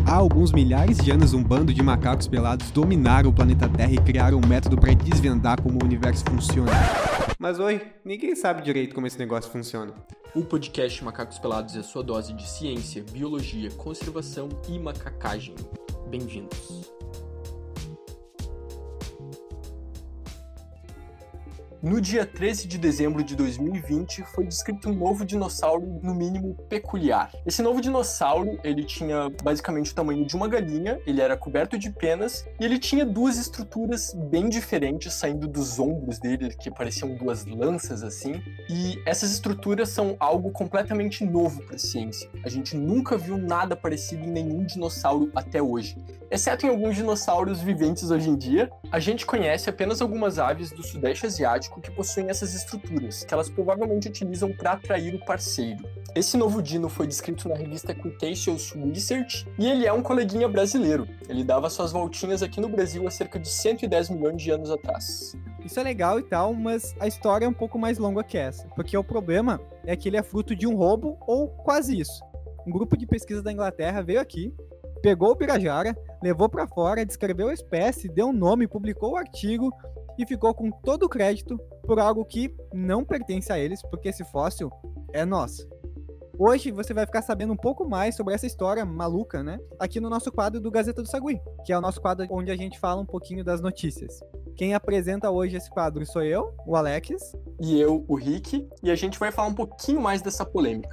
Há alguns milhares de anos, um bando de macacos pelados dominaram o planeta Terra e criaram um método para desvendar como o universo funciona. Mas oi, ninguém sabe direito como esse negócio funciona. O podcast Macacos Pelados é a sua dose de ciência, biologia, conservação e macacagem. Bem-vindos. No dia 13 de dezembro de 2020, foi descrito um novo dinossauro, no mínimo, peculiar. Esse novo dinossauro, ele tinha basicamente o tamanho de uma galinha, ele era coberto de penas, e ele tinha duas estruturas bem diferentes saindo dos ombros dele, que pareciam duas lanças assim, e essas estruturas são algo completamente novo para a ciência. A gente nunca viu nada parecido em nenhum dinossauro até hoje. Exceto em alguns dinossauros viventes hoje em dia, a gente conhece apenas algumas aves do Sudeste Asiático que possuem essas estruturas, que elas provavelmente utilizam para atrair o parceiro. Esse novo dino foi descrito na revista Cretaceous Research e ele é um coleguinha brasileiro. Ele dava suas voltinhas aqui no Brasil há cerca de 110 milhões de anos atrás. Isso é legal e tal, mas a história é um pouco mais longa que essa, porque o problema é que ele é fruto de um roubo ou quase isso. Um grupo de pesquisa da Inglaterra veio aqui, pegou o Birajara, levou para fora, descreveu a espécie, deu um nome, publicou o artigo e ficou com todo o crédito por algo que não pertence a eles, porque esse fóssil é nosso. Hoje você vai ficar sabendo um pouco mais sobre essa história maluca, né? Aqui no nosso quadro do Gazeta do Sagui, que é o nosso quadro onde a gente fala um pouquinho das notícias. Quem apresenta hoje esse quadro sou eu, o Alex. E eu, o Rick, e a gente vai falar um pouquinho mais dessa polêmica.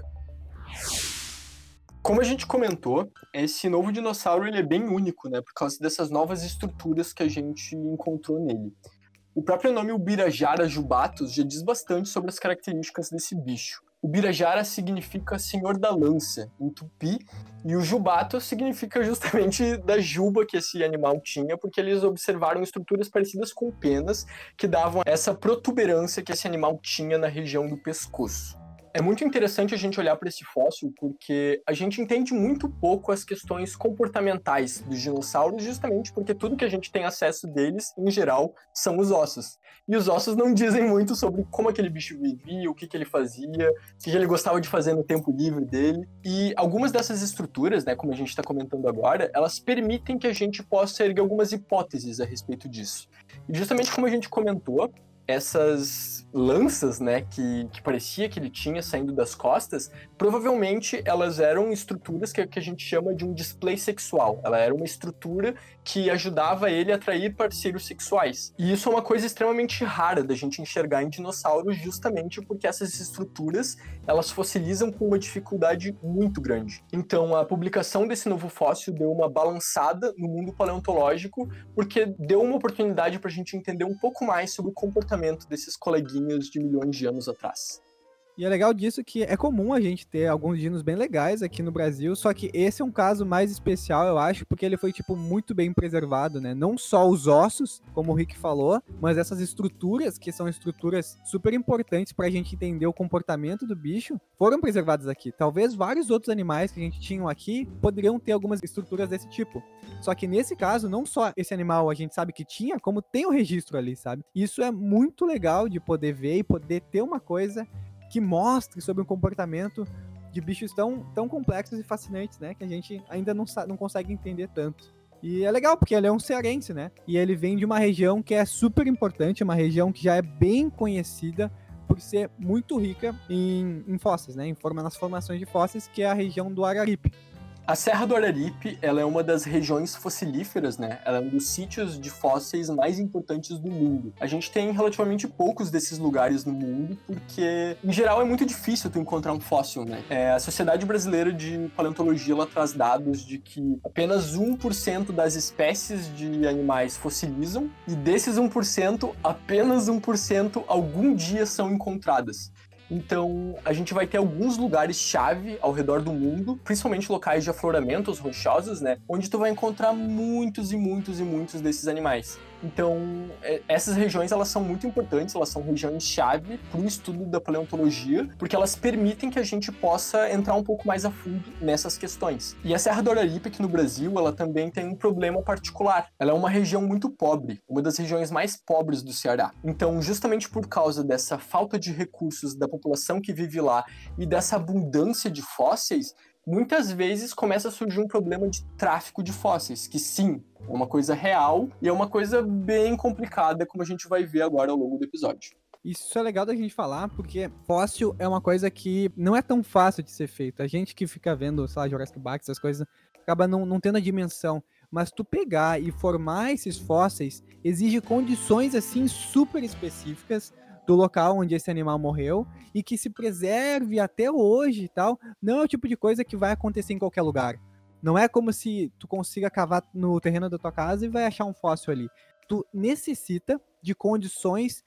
Como a gente comentou, esse novo dinossauro ele é bem único, né? Por causa dessas novas estruturas que a gente encontrou nele. O próprio nome Ubirajara jubatus já diz bastante sobre as características desse bicho. O Birajara significa Senhor da Lança, em tupi, e o jubatus significa justamente da juba que esse animal tinha, porque eles observaram estruturas parecidas com penas que davam essa protuberância que esse animal tinha na região do pescoço. É muito interessante a gente olhar para esse fóssil porque a gente entende muito pouco as questões comportamentais dos dinossauros, justamente porque tudo que a gente tem acesso deles, em geral, são os ossos. E os ossos não dizem muito sobre como aquele bicho vivia, o que ele fazia, o que ele gostava de fazer no tempo livre dele. E algumas dessas estruturas, né, como a gente está comentando agora, elas permitem que a gente possa erguer algumas hipóteses a respeito disso. E justamente como a gente comentou, essas lanças, né, que parecia que ele tinha saindo das costas, provavelmente elas eram estruturas que a gente chama de um display sexual. Ela era uma estrutura que ajudava ele a atrair parceiros sexuais. E isso é uma coisa extremamente rara da gente enxergar em dinossauros, justamente porque essas estruturas, elas fossilizam com uma dificuldade muito grande. Então, a publicação desse novo fóssil deu uma balançada no mundo paleontológico, porque deu uma oportunidade para a gente entender um pouco mais sobre o comportamento desses coleguinhas de milhões de anos atrás. E é legal disso que é comum a gente ter alguns dinos bem legais aqui no Brasil, só que esse é um caso mais especial, eu acho, porque ele foi, muito bem preservado, né? Não só os ossos, como o Rick falou, mas essas estruturas, que são estruturas super importantes pra gente entender o comportamento do bicho, foram preservadas aqui. Talvez vários outros animais que a gente tinha aqui poderiam ter algumas estruturas desse tipo. Só que nesse caso, não só esse animal a gente sabe que tinha, como tem o registro ali, sabe? Isso é muito legal de poder ver e poder ter uma coisa que mostre sobre o comportamento de bichos tão complexos e fascinantes, né? Que a gente ainda não consegue entender tanto. E é legal, porque ele é um cearense, né? E ele vem de uma região que é super importante, uma região que já é bem conhecida por ser muito rica em fósseis, né? Nas formações de fósseis, que é a região do Araripe. A Serra do Araripe, ela é uma das regiões fossilíferas, né? Ela é um dos sítios de fósseis mais importantes do mundo. A gente tem relativamente poucos desses lugares no mundo, porque, em geral, é muito difícil tu encontrar um fóssil, né? A Sociedade Brasileira de Paleontologia, ela traz dados de que apenas 1% das espécies de animais fossilizam, e desses 1%, apenas 1% algum dia são encontradas. Então, a gente vai ter alguns lugares-chave ao redor do mundo, principalmente locais de afloramentos rochosos, né? Onde tu vai encontrar muitos e muitos e muitos desses animais. Então, essas regiões, elas são muito importantes, elas são regiões-chave para o estudo da paleontologia, porque elas permitem que a gente possa entrar um pouco mais a fundo nessas questões. E a Serra do Araripe, aqui no Brasil, ela também tem um problema particular. Ela é uma região muito pobre, uma das regiões mais pobres do Ceará. Então, justamente por causa dessa falta de recursos da população que vive lá e dessa abundância de fósseis, muitas vezes começa a surgir um problema de tráfico de fósseis, que sim, é uma coisa real e é uma coisa bem complicada, como a gente vai ver agora ao longo do episódio. Isso é legal da gente falar, porque fóssil é uma coisa que não é tão fácil de ser feito. A gente que fica vendo, sei lá, Jurassic Park, essas coisas, acaba não tendo a dimensão. Mas tu pegar e formar esses fósseis exige condições, assim, super específicas do local onde esse animal morreu e que se preserve até hoje e tal. Não é o tipo de coisa que vai acontecer em qualquer lugar. Não é como se tu consiga cavar no terreno da tua casa e vai achar um fóssil ali. Tu necessita de condições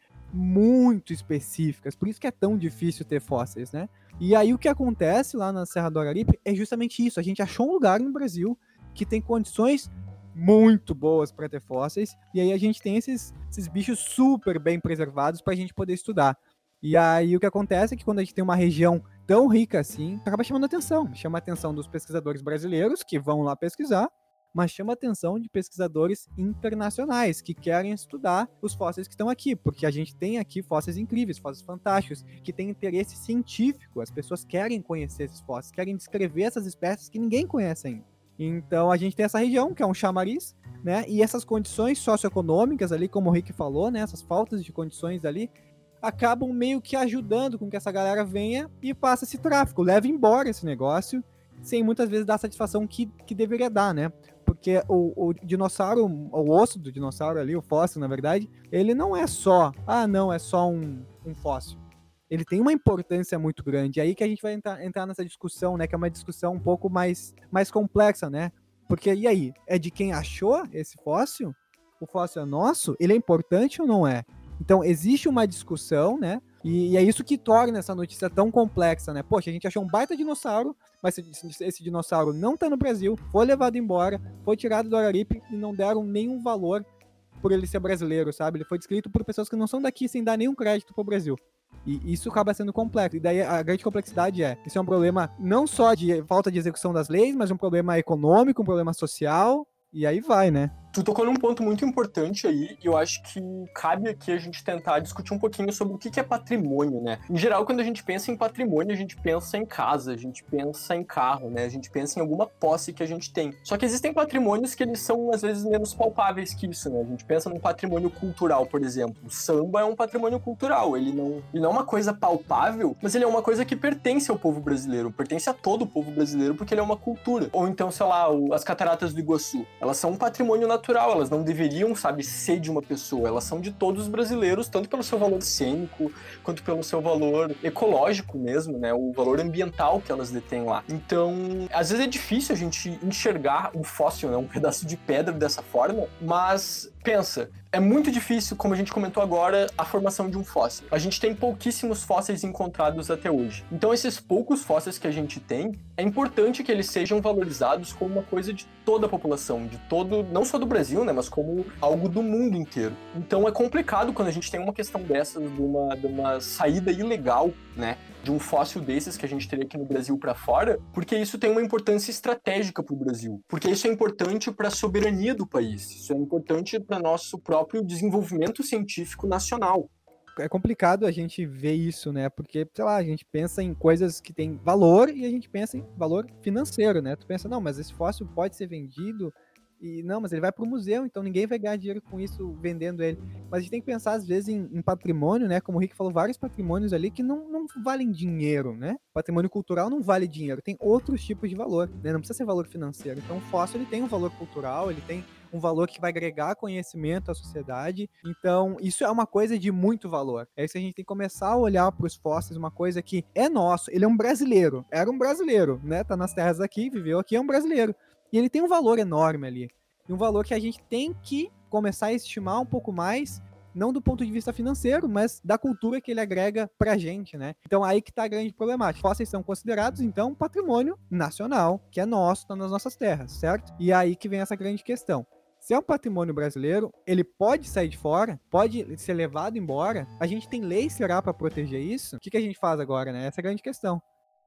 muito específicas, por isso que é tão difícil ter fósseis, né? E aí o que acontece lá na Serra do Araripe é justamente isso, a gente achou um lugar no Brasil que tem condições muito boas para ter fósseis, e aí a gente tem esses bichos super bem preservados para a gente poder estudar. E aí o que acontece é que quando a gente tem uma região tão rica assim, acaba chamando atenção, chama a atenção dos pesquisadores brasileiros que vão lá pesquisar, mas chama a atenção de pesquisadores internacionais que querem estudar os fósseis que estão aqui, porque a gente tem aqui fósseis incríveis, fósseis fantásticos, que têm interesse científico, as pessoas querem conhecer esses fósseis, querem descrever essas espécies que ninguém conhece ainda. Então a gente tem essa região, que é um chamariz, né, e essas condições socioeconômicas ali, como o Rick falou, né, essas faltas de condições ali, acabam meio que ajudando com que essa galera venha e faça esse tráfico, leve embora esse negócio, sem muitas vezes dar a satisfação que deveria dar, né? Porque o dinossauro, o osso do dinossauro ali, o fóssil, na verdade, ele não é só, não, é só um fóssil. Ele tem uma importância muito grande. É aí que a gente vai entrar nessa discussão, né? Que é uma discussão um pouco mais complexa, né? Porque, e aí? É de quem achou esse fóssil? O fóssil é nosso? Ele é importante ou não é? Então, existe uma discussão, né? E é isso que torna essa notícia tão complexa, né? Poxa, a gente achou um baita dinossauro, mas esse dinossauro não tá no Brasil, foi levado embora, foi tirado do Araripe e não deram nenhum valor por ele ser brasileiro, sabe? Ele foi descrito por pessoas que não são daqui sem dar nenhum crédito pro Brasil. E isso acaba sendo complexo. E daí a grande complexidade isso é um problema não só de falta de execução das leis, mas um problema econômico, um problema social, e aí vai, né? Tu tocou num ponto muito importante aí, e eu acho que cabe aqui a gente tentar discutir um pouquinho sobre o que é patrimônio, né? Em geral, quando a gente pensa em patrimônio, a gente pensa em casa, a gente pensa em carro, né? A gente pensa em alguma posse que a gente tem. Só que existem patrimônios que eles são, às vezes, menos palpáveis que isso, né? A gente pensa num patrimônio cultural, por exemplo. O samba é um patrimônio cultural, ele não é uma coisa palpável, mas ele é uma coisa que pertence ao povo brasileiro, pertence a todo o povo brasileiro, porque ele é uma cultura. Ou então, sei lá, as cataratas do Iguaçu, elas são um patrimônio natural, elas não deveriam, sabe, ser de uma pessoa, elas são de todos os brasileiros, tanto pelo seu valor cênico, quanto pelo seu valor ecológico mesmo, né, o valor ambiental que elas detêm lá. Então, às vezes é difícil a gente enxergar um fóssil, né, um pedaço de pedra dessa forma, mas pensa, é muito difícil, como a gente comentou agora, a formação de um fóssil. A gente tem pouquíssimos fósseis encontrados até hoje. Então, esses poucos fósseis que a gente tem, é importante que eles sejam valorizados como uma coisa de toda a população, de todo, não só do Brasil, né, mas como algo do mundo inteiro. Então, é complicado quando a gente tem uma questão dessas, de uma saída ilegal, né, de um fóssil desses que a gente teria aqui no Brasil para fora, porque isso tem uma importância estratégica para o Brasil, porque isso é importante para a soberania do país, isso é importante para nosso próprio desenvolvimento científico nacional. É complicado a gente ver isso, né? Porque, sei lá, a gente pensa em coisas que têm valor e a gente pensa em valor financeiro, né? Tu pensa, não, mas esse fóssil pode ser vendido e não, mas ele vai pro museu, então ninguém vai ganhar dinheiro com isso vendendo ele. Mas a gente tem que pensar, às vezes, em patrimônio, né? Como o Rick falou, vários patrimônios ali que não valem dinheiro, né? Patrimônio cultural não vale dinheiro, tem outros tipos de valor, né? Não precisa ser valor financeiro. Então o fóssil, ele tem um valor cultural, ele tem um valor que vai agregar conhecimento à sociedade. Então, isso é uma coisa de muito valor. É isso que a gente tem que começar a olhar para os fósseis, uma coisa que é nosso. Ele é um brasileiro, era um brasileiro, né? Tá nas terras aqui, viveu aqui, é um brasileiro. E ele tem um valor enorme ali. E um valor que a gente tem que começar a estimar um pouco mais, não do ponto de vista financeiro, mas da cultura que ele agrega pra gente, né? Então aí que tá a grande problemática. Fósseis são considerados, então, patrimônio nacional, que é nosso, tá nas nossas terras, certo? E aí que vem essa grande questão. Se é um patrimônio brasileiro, ele pode sair de fora, pode ser levado embora. A gente tem lei, será, para proteger isso? O que a gente faz agora, né? Essa é a grande questão.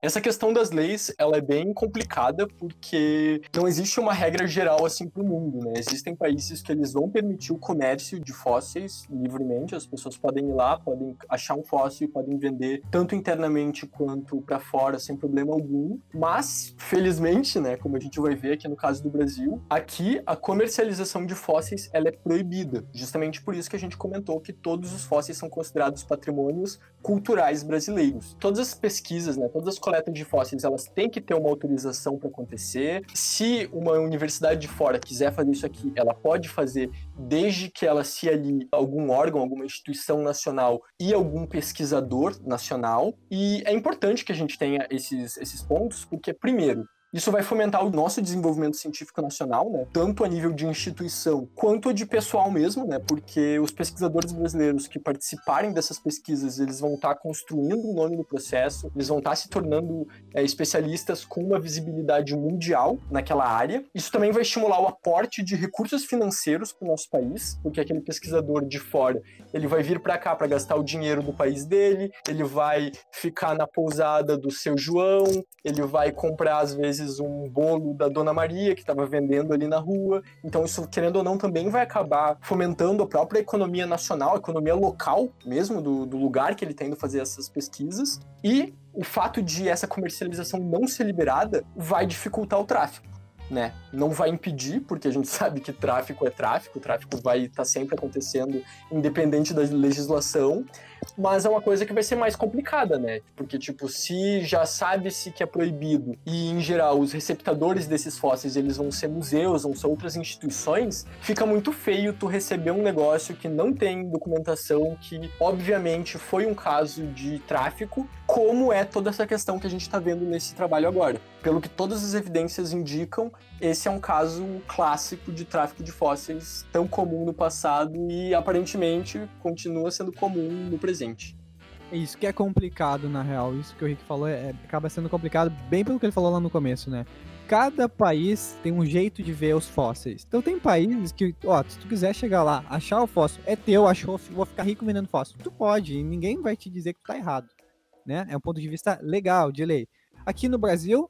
Essa questão das leis, ela é bem complicada porque não existe uma regra geral assim para o mundo, né? Existem países que eles vão permitir o comércio de fósseis livremente, as pessoas podem ir lá, podem achar um fóssil e podem vender tanto internamente quanto para fora sem problema algum, mas, felizmente, né, como a gente vai ver aqui no caso do Brasil, aqui a comercialização de fósseis ela é proibida, justamente por isso que a gente comentou que todos os fósseis são considerados patrimônios culturais brasileiros. Todas as pesquisas, né, todas as coletas de fósseis, elas têm que ter uma autorização para acontecer. Se uma universidade de fora quiser fazer isso aqui, ela pode fazer, desde que ela se alie a algum órgão, alguma instituição nacional e algum pesquisador nacional. E é importante que a gente tenha esses pontos, porque, primeiro, isso vai fomentar o nosso desenvolvimento científico nacional, né? Tanto a nível de instituição quanto de pessoal mesmo, né? Porque os pesquisadores brasileiros que participarem dessas pesquisas, eles vão estar construindo um nome no processo, eles vão estar se tornando especialistas com uma visibilidade mundial naquela área. Isso também vai estimular o aporte de recursos financeiros para o nosso país, porque aquele pesquisador de fora, ele vai vir para cá para gastar o dinheiro do país dele, ele vai ficar na pousada do seu João, ele vai comprar, às vezes, um bolo da Dona Maria que estava vendendo ali na rua. Então isso, querendo ou não, também vai acabar fomentando a própria economia nacional, a economia local mesmo do lugar que ele está indo fazer essas pesquisas. E o fato de essa comercialização não ser liberada vai dificultar o tráfico, né? Não vai impedir, porque a gente sabe que tráfico é tráfico, o tráfico vai estar sempre acontecendo independente da legislação, mas é uma coisa que vai ser mais complicada, né? Porque, tipo, se já sabe-se que é proibido e, em geral, os receptadores desses fósseis, eles vão ser museus, vão ser outras instituições, fica muito feio tu receber um negócio que não tem documentação, que, obviamente, foi um caso de tráfico, como é toda essa questão que a gente tá vendo nesse trabalho agora. Pelo que todas as evidências indicam, esse é um caso clássico de tráfico de fósseis tão comum no passado e, aparentemente, continua sendo comum no presente. Isso que é complicado, na real. Isso que o Rick falou acaba sendo complicado bem pelo que ele falou lá no começo, né? Cada país tem um jeito de ver os fósseis. Então tem países que, se tu quiser chegar lá, achar o fóssil, é teu, achou, vou ficar rico vendendo fóssil. Tu pode, e ninguém vai te dizer que tu tá errado, né? É um ponto de vista legal, de lei. Aqui no Brasil,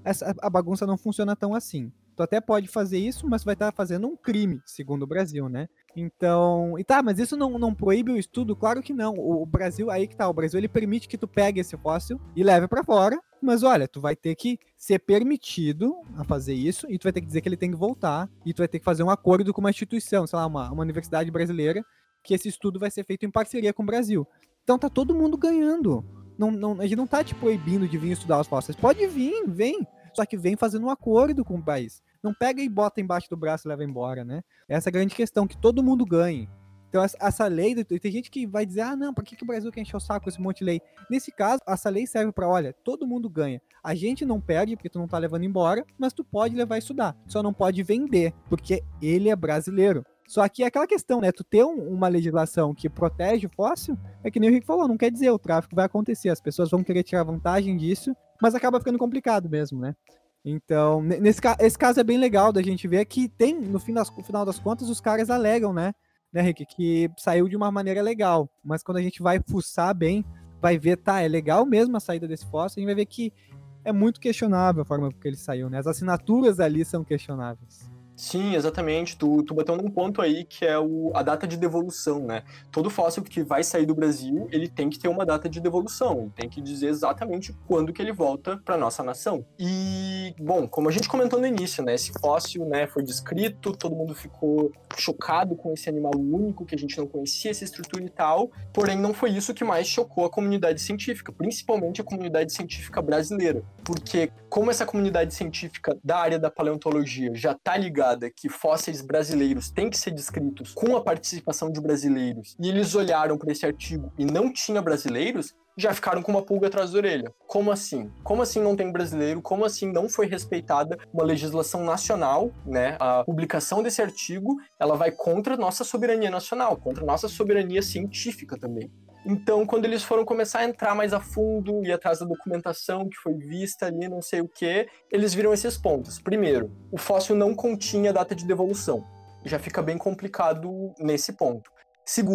a bagunça não funciona tão assim. Tu até pode fazer isso, mas tu vai estar fazendo um crime, segundo o Brasil, né? Então, mas isso não proíbe o estudo? Claro que não. O Brasil, aí que tá, o Brasil ele permite que tu pegue esse fóssil e leve pra fora, mas olha, tu vai ter que ser permitido a fazer isso e tu vai ter que dizer que ele tem que voltar e tu vai ter que fazer um acordo com uma instituição, sei lá, uma universidade brasileira, que esse estudo vai ser feito em parceria com o Brasil. Então tá todo mundo ganhando. A gente não tá te proibindo de vir estudar os fósseis. Pode vir, vem. Só que vem fazendo um acordo com o país. Não pega e bota embaixo do braço e leva embora, né? Essa é a grande questão, que todo mundo ganhe. Então essa lei, tem gente que vai dizer, não, por que o Brasil quer encher o saco com esse monte de lei? Nesse caso, essa lei serve pra, olha, todo mundo ganha. A gente não perde, porque tu não tá levando embora, mas tu pode levar e estudar. Só não pode vender, porque ele é brasileiro. Só que é aquela questão, né? Tu ter uma legislação que protege o fóssil, é que nem o Rick falou, não quer dizer o tráfico vai acontecer, as pessoas vão querer tirar vantagem disso, mas acaba ficando complicado mesmo, né? Então, esse caso é bem legal da gente ver que tem, no final das contas, os caras alegam, né, Rick, que saiu de uma maneira legal, mas quando a gente vai fuçar bem, vai ver, é legal mesmo a saída desse fóssil, a gente vai ver que é muito questionável a forma que ele saiu, né? As assinaturas ali são questionáveis. Sim, exatamente. Tu bateu num ponto aí que é a data de devolução, né? Todo fóssil que vai sair do Brasil, ele tem que ter uma data de devolução. Ele tem que dizer exatamente quando que ele volta para nossa nação. E, bom, como a gente comentou no início, né? Esse fóssil, né, foi descrito, todo mundo ficou chocado com esse animal único, que a gente não conhecia essa estrutura e tal. Porém, não foi isso que mais chocou a comunidade científica, principalmente a comunidade científica brasileira. Porque, como essa comunidade científica da área da paleontologia já tá ligada que fósseis brasileiros têm que ser descritos com a participação de brasileiros, e eles olharam para esse artigo e não tinha brasileiros, já ficaram com uma pulga atrás da orelha. Como assim? Como assim não tem brasileiro? Como assim não foi respeitada uma legislação nacional, né? A publicação desse artigo, ela vai contra a nossa soberania nacional, contra a nossa soberania científica também. Então, quando eles foram começar a entrar mais a fundo e atrás da documentação que foi vista ali, não sei o que, eles viram esses pontos. Primeiro, o fóssil não continha data de devolução. Já fica bem complicado nesse ponto. Segundo,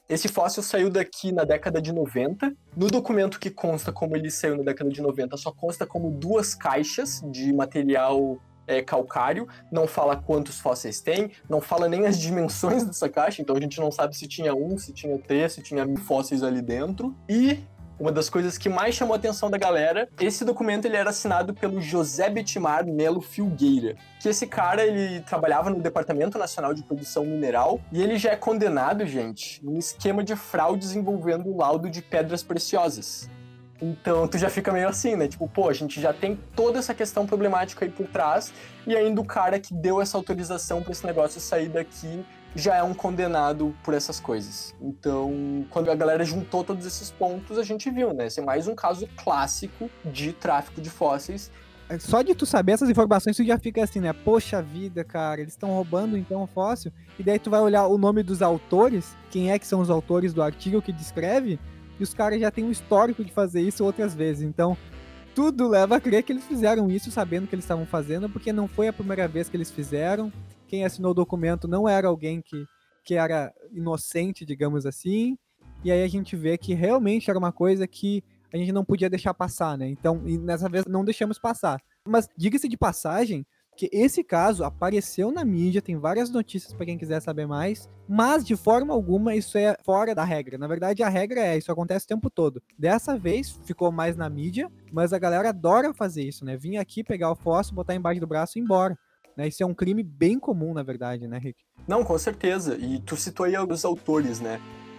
Esse fóssil saiu daqui na década de 90. No documento que consta como ele saiu na década de 90, só consta como 2 caixas de material calcário. Não fala quantos fósseis tem, não fala nem as dimensões dessa caixa, então a gente não sabe se tinha 1, se tinha 3, se tinha 1000 fósseis ali dentro. E uma das coisas que mais chamou a atenção da galera, esse documento ele era assinado pelo José Betimar Melo Filgueira, que esse cara ele trabalhava no Departamento Nacional de Produção Mineral e ele já é condenado, gente, num esquema de fraudes envolvendo o laudo de pedras preciosas. Então tu já fica meio assim, né? Tipo, pô, a gente já tem toda essa questão problemática aí por trás e ainda o cara que deu essa autorização para esse negócio sair daqui já é um condenado por essas coisas. Então, quando a galera juntou todos esses pontos, a gente viu, né? Esse é mais um caso clássico de tráfico de fósseis. Só de tu saber essas informações, tu já fica assim, né? Poxa vida, cara, eles estão roubando então o fóssil. E daí tu vai olhar o nome dos autores, quem é que são os autores do artigo que descreve, e os caras já têm um histórico de fazer isso outras vezes. Então, tudo leva a crer que eles fizeram isso sabendo o que eles estavam fazendo, porque não foi a primeira vez que eles fizeram. Quem assinou o documento não era alguém que era inocente, digamos assim. E aí a gente vê que realmente era uma coisa que a gente não podia deixar passar, né? Então, e nessa vez não deixamos passar. Mas diga-se de passagem que esse caso apareceu na mídia, tem várias notícias para quem quiser saber mais, mas de forma alguma isso é fora da regra. Na verdade, a regra é, isso acontece o tempo todo. Dessa vez ficou mais na mídia, mas a galera adora fazer isso, né? Vir aqui, pegar o fóssil, botar embaixo do braço e ir embora. Né? Isso é um crime bem comum, na verdade, né, Rick? Não, com certeza. E tu citou aí alguns autores, né?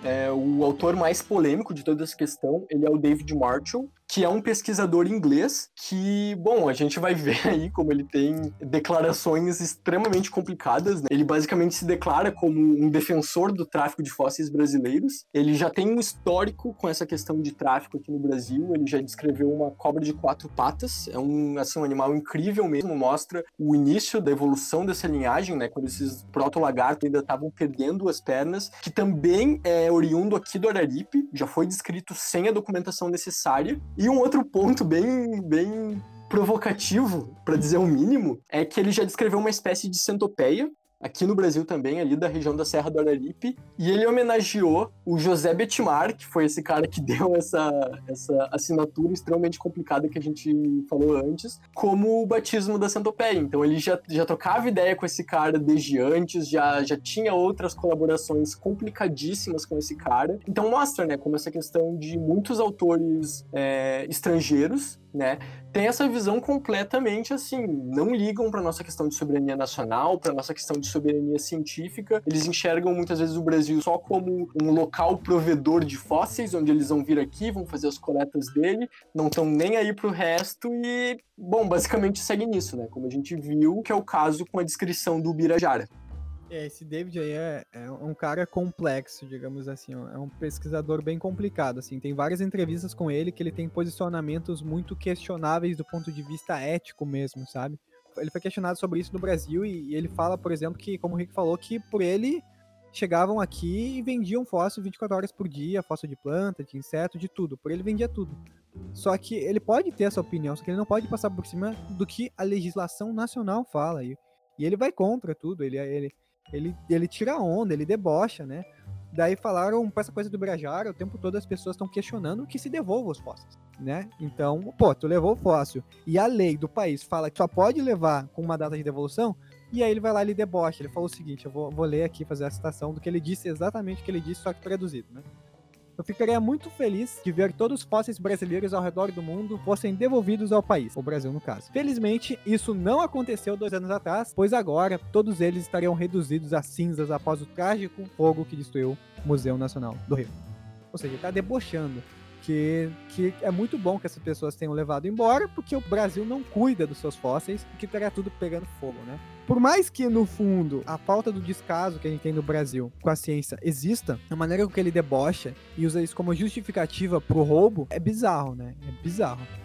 O autor mais polêmico de toda essa questão, ele é o David Marshall, que é um pesquisador inglês que, bom, a gente vai ver aí como ele tem declarações extremamente complicadas, né? Ele basicamente se declara como um defensor do tráfico de fósseis brasileiros. Ele já tem um histórico com essa questão de tráfico aqui no Brasil, ele já descreveu uma cobra de 4 patas, é um animal incrível mesmo, mostra o início da evolução dessa linhagem, né? Quando esses proto-lagartos ainda estavam perdendo as pernas, que também é oriundo aqui do Araripe, já foi descrito sem a documentação necessária. E um outro ponto bem provocativo, para dizer o mínimo, é que ele já descreveu uma espécie de centopeia, aqui no Brasil também, ali da região da Serra do Araripe, e ele homenageou o José Betimar, que foi esse cara que deu essa assinatura extremamente complicada que a gente falou antes, como o batismo da centopeia. Então ele já trocava ideia com esse cara desde antes, já tinha outras colaborações complicadíssimas com esse cara. Então mostra, né, como essa questão de muitos autores estrangeiros, né, tem essa visão completamente assim, não ligam para nossa questão de soberania nacional, para nossa questão de soberania científica. Eles enxergam muitas vezes o Brasil só como um local provedor de fósseis, onde eles vão vir aqui, vão fazer as coletas dele, não estão nem aí pro resto e, bom, basicamente segue nisso, né, como a gente viu, que é o caso com a descrição do Birajara. Esse David aí é um cara complexo, digamos assim, é um pesquisador bem complicado, assim, tem várias entrevistas com ele que ele tem posicionamentos muito questionáveis do ponto de vista ético mesmo, sabe? Ele foi questionado sobre isso no Brasil e ele fala, por exemplo, que, como o Rick falou, que por ele chegavam aqui e vendiam fóssil 24 horas por dia, fóssil de planta, de inseto, de tudo, por ele vendia tudo. Só que ele pode ter essa opinião, só que ele não pode passar por cima do que a legislação nacional fala, e ele vai contra tudo, ele tira onda, ele debocha, né? Daí falaram pra essa coisa do Birajara, o tempo todo as pessoas estão questionando que se devolva os fósseis, né? Então, pô, tu levou o fóssil e a lei do país fala que só pode levar com uma data de devolução, e aí ele vai lá e ele debocha. Ele falou o seguinte, eu vou ler aqui, fazer a citação do que ele disse, exatamente o que ele disse, só que traduzido, né? Eu ficaria muito feliz de ver todos os fósseis brasileiros ao redor do mundo fossem devolvidos ao país, o Brasil no caso. Felizmente, isso não aconteceu 2 anos atrás, pois agora todos eles estariam reduzidos a cinzas após o trágico fogo que destruiu o Museu Nacional do Rio. Ou seja, ele tá debochando que é muito bom que essas pessoas tenham levado embora, porque o Brasil não cuida dos seus fósseis e que estaria tudo pegando fogo, né? Por mais que, no fundo, a falta do descaso que a gente tem no Brasil com a ciência exista, a maneira com que ele debocha e usa isso como justificativa pro roubo é bizarro, né? É bizarro.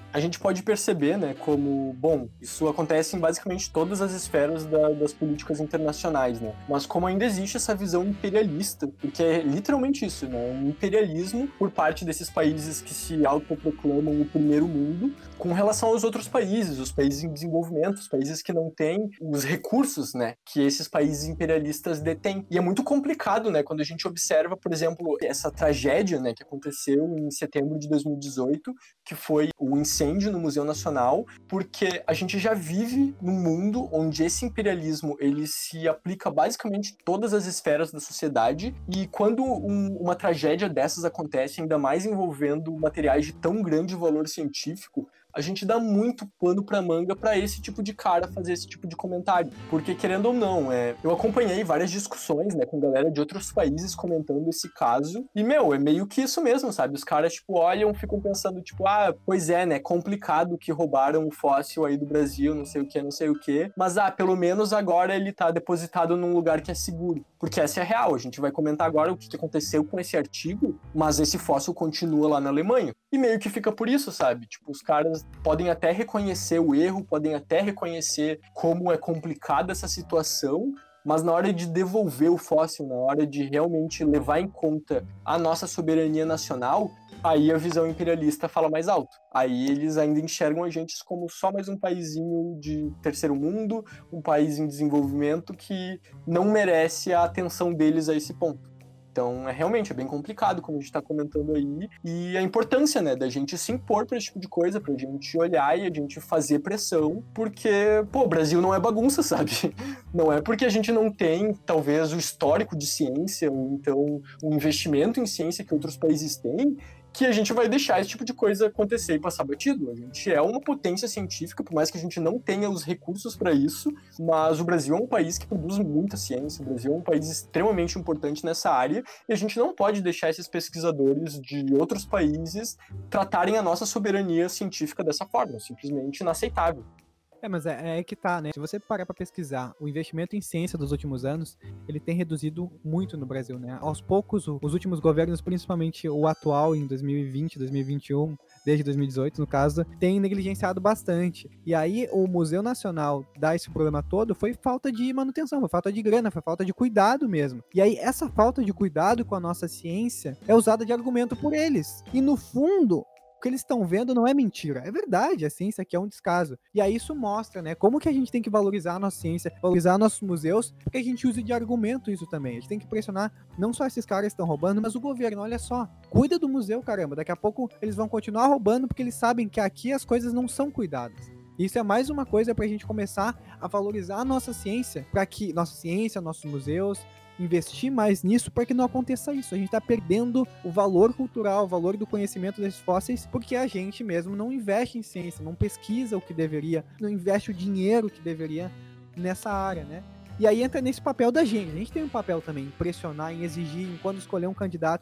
A gente pode perceber, né, como, bom, isso acontece em basicamente todas as esferas das políticas internacionais, né, mas como ainda existe essa visão imperialista, porque é literalmente isso, né, um imperialismo por parte desses países que se autoproclamam o primeiro mundo, com relação aos outros países, os países em desenvolvimento, os países que não têm os recursos, né, que esses países imperialistas detêm. E é muito complicado, né, quando a gente observa, por exemplo, essa tragédia, né, que aconteceu em setembro de 2018, que foi o incêndio no Museu Nacional, porque a gente já vive num mundo onde esse imperialismo ele se aplica basicamente em todas as esferas da sociedade, e quando uma tragédia dessas acontece, ainda mais envolvendo materiais de tão grande valor científico, a gente dá muito pano pra manga pra esse tipo de cara fazer esse tipo de comentário. Porque, querendo ou não, eu acompanhei várias discussões, né, com galera de outros países comentando esse caso. E, é meio que isso mesmo, sabe? Os caras, tipo, olham, ficam pensando, tipo, pois é, né, complicado que roubaram o fóssil aí do Brasil, não sei o que. Mas, pelo menos agora ele tá depositado num lugar que é seguro. Porque essa é a real. A gente vai comentar agora o que aconteceu com esse artigo, mas esse fóssil continua lá na Alemanha. E meio que fica por isso, sabe? Tipo, os caras podem até reconhecer o erro, podem até reconhecer como é complicada essa situação, mas na hora de devolver o fóssil, na hora de realmente levar em conta a nossa soberania nacional, aí a visão imperialista fala mais alto. Aí eles ainda enxergam a gente como só mais um paísinho de terceiro mundo, um país em desenvolvimento que não merece a atenção deles a esse ponto. Então, realmente, é bem complicado, como a gente está comentando aí, e a importância, né, da gente se impor para esse tipo de coisa, pra gente olhar e a gente fazer pressão, porque, o Brasil não é bagunça, sabe? Não é porque a gente não tem, talvez, o histórico de ciência, ou então o investimento em ciência que outros países têm, que a gente vai deixar esse tipo de coisa acontecer e passar batido. A gente é uma potência científica, por mais que a gente não tenha os recursos para isso, mas o Brasil é um país que produz muita ciência, o Brasil é um país extremamente importante nessa área, e a gente não pode deixar esses pesquisadores de outros países tratarem a nossa soberania científica dessa forma, simplesmente inaceitável. Mas é que tá, né? Se você parar pra pesquisar, o investimento em ciência dos últimos anos, ele tem reduzido muito no Brasil, né? Aos poucos, os últimos governos, principalmente o atual, em 2020, 2021, desde 2018, no caso, tem negligenciado bastante. E aí, o Museu Nacional dar esse problema todo foi falta de manutenção, foi falta de grana, foi falta de cuidado mesmo. E aí, essa falta de cuidado com a nossa ciência é usada de argumento por eles. E, no fundo, o que eles estão vendo não é mentira, é verdade, a ciência aqui é um descaso. E aí isso mostra, né, como que a gente tem que valorizar a nossa ciência, valorizar nossos museus, porque a gente use de argumento isso também. A gente tem que pressionar não só esses caras que estão roubando, mas o governo, olha só, cuida do museu, caramba, daqui a pouco eles vão continuar roubando porque eles sabem que aqui as coisas não são cuidadas. Isso é mais uma coisa pra gente começar a valorizar a nossa ciência, para que nossa ciência, nossos museus, investir mais nisso para que não aconteça isso. A gente está perdendo o valor cultural, o valor do conhecimento desses fósseis, porque a gente mesmo não investe em ciência, não pesquisa o que deveria, não investe o dinheiro que deveria nessa área, né? E aí entra nesse papel da gente. A gente tem um papel também, em pressionar, em exigir, em quando escolher um candidato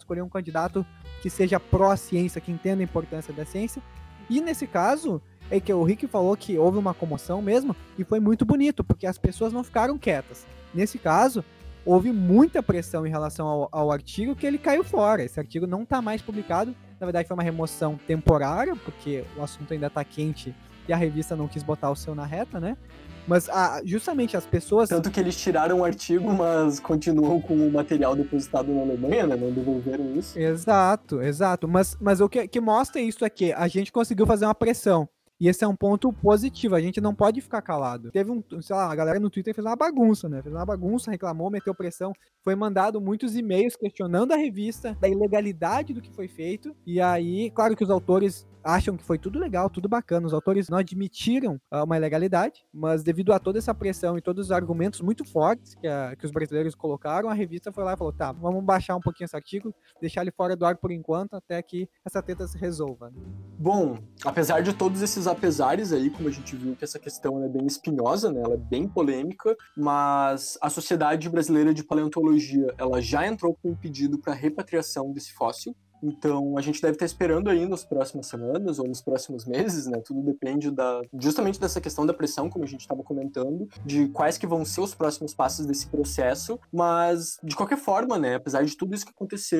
que seja pró-ciência, que entenda a importância da ciência. E nesse caso, é que o Rick falou que houve uma comoção mesmo, e foi muito bonito, porque as pessoas não ficaram quietas. Nesse caso, houve muita pressão em relação ao artigo que ele caiu fora. Esse artigo não está mais publicado. Na verdade, foi uma remoção temporária, porque o assunto ainda está quente e a revista não quis botar o seu na reta, né? Mas justamente as pessoas... Tanto que eles tiraram o artigo, mas continuam com o material depositado na Alemanha, né? Não devolveram isso. Exato. Mas o que mostra isso é que a gente conseguiu fazer uma pressão. E esse é um ponto positivo, a gente não pode ficar calado. Teve a galera no Twitter fez uma bagunça, né? Fez uma bagunça, reclamou, meteu pressão. Foi mandado muitos e-mails questionando a revista, da ilegalidade do que foi feito. E aí, claro que os autores acham que foi tudo legal, tudo bacana. Os autores não admitiram uma ilegalidade, mas devido a toda essa pressão e todos os argumentos muito fortes que os brasileiros colocaram, a revista foi lá e falou, tá, vamos baixar um pouquinho esse artigo, deixar ele fora do ar por enquanto, até que essa treta se resolva. Bom, apesar de todos esses apesares aí, como a gente viu que essa questão é bem espinhosa, né, ela é bem polêmica, mas a Sociedade Brasileira de Paleontologia, ela já entrou com um pedido para repatriação desse fóssil. Então, a gente deve estar esperando aí nas próximas semanas ou nos próximos meses, né? Tudo depende justamente dessa questão da pressão, como a gente estava comentando, de quais que vão ser os próximos passos desse processo. Mas, de qualquer forma, né? Apesar de tudo isso que aconteceu,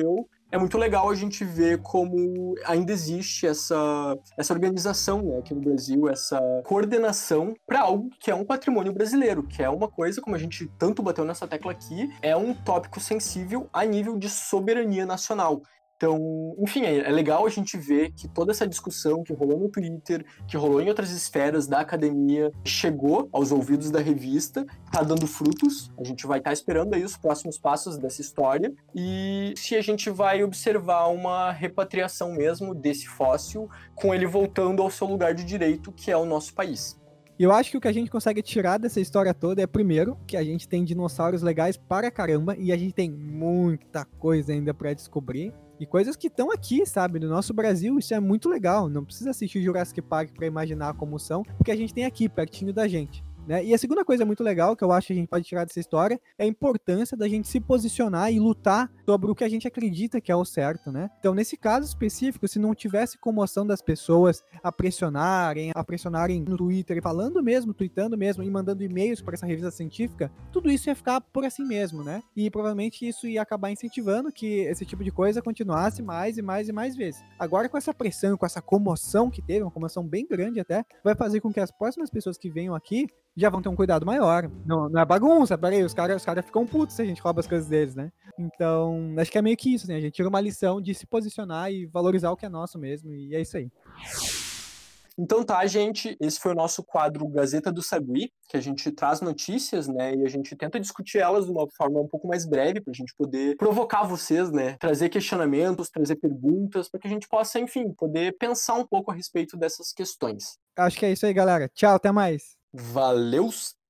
É muito legal a gente ver como ainda existe essa organização, né, aqui no Brasil, essa coordenação para algo que é um patrimônio brasileiro, que é uma coisa, como a gente tanto bateu nessa tecla aqui, é um tópico sensível a nível de soberania nacional. Então, enfim, é legal a gente ver que toda essa discussão que rolou no Twitter, que rolou em outras esferas da academia, chegou aos ouvidos da revista, tá dando frutos. A gente vai estar esperando aí os próximos passos dessa história e se a gente vai observar uma repatriação mesmo desse fóssil, com ele voltando ao seu lugar de direito, que é o nosso país. E eu acho que o que a gente consegue tirar dessa história toda é, primeiro, que a gente tem dinossauros legais para caramba e a gente tem muita coisa ainda para descobrir. E coisas que estão aqui, sabe? No nosso Brasil, isso é muito legal. Não precisa assistir Jurassic Park para imaginar como são, porque a gente tem aqui, pertinho da gente. Né? E a segunda coisa muito legal que eu acho que a gente pode tirar dessa história é a importância da gente se posicionar e lutar sobre o que a gente acredita que é o certo, né? Então, nesse caso específico, se não tivesse comoção das pessoas a pressionarem no Twitter, falando mesmo, tweetando mesmo e mandando e-mails para essa revista científica, tudo isso ia ficar por assim mesmo, né? E provavelmente isso ia acabar incentivando que esse tipo de coisa continuasse mais e mais e mais vezes. Agora, com essa pressão, com essa comoção que teve, uma comoção bem grande até, vai fazer com que as próximas pessoas que venham aqui já vão ter um cuidado maior. Não é bagunça, peraí, os caras ficam putos se a gente rouba as coisas deles, né? Então, acho que é meio que isso, né? A gente tira uma lição de se posicionar e valorizar o que é nosso mesmo, e é isso aí. Então tá, gente, esse foi o nosso quadro Gazeta do Sagui, que a gente traz notícias, né, e a gente tenta discutir elas de uma forma um pouco mais breve, pra gente poder provocar vocês, né, trazer questionamentos, trazer perguntas, para que a gente possa, enfim, poder pensar um pouco a respeito dessas questões. Acho que é isso aí, galera. Tchau, até mais. Valeu!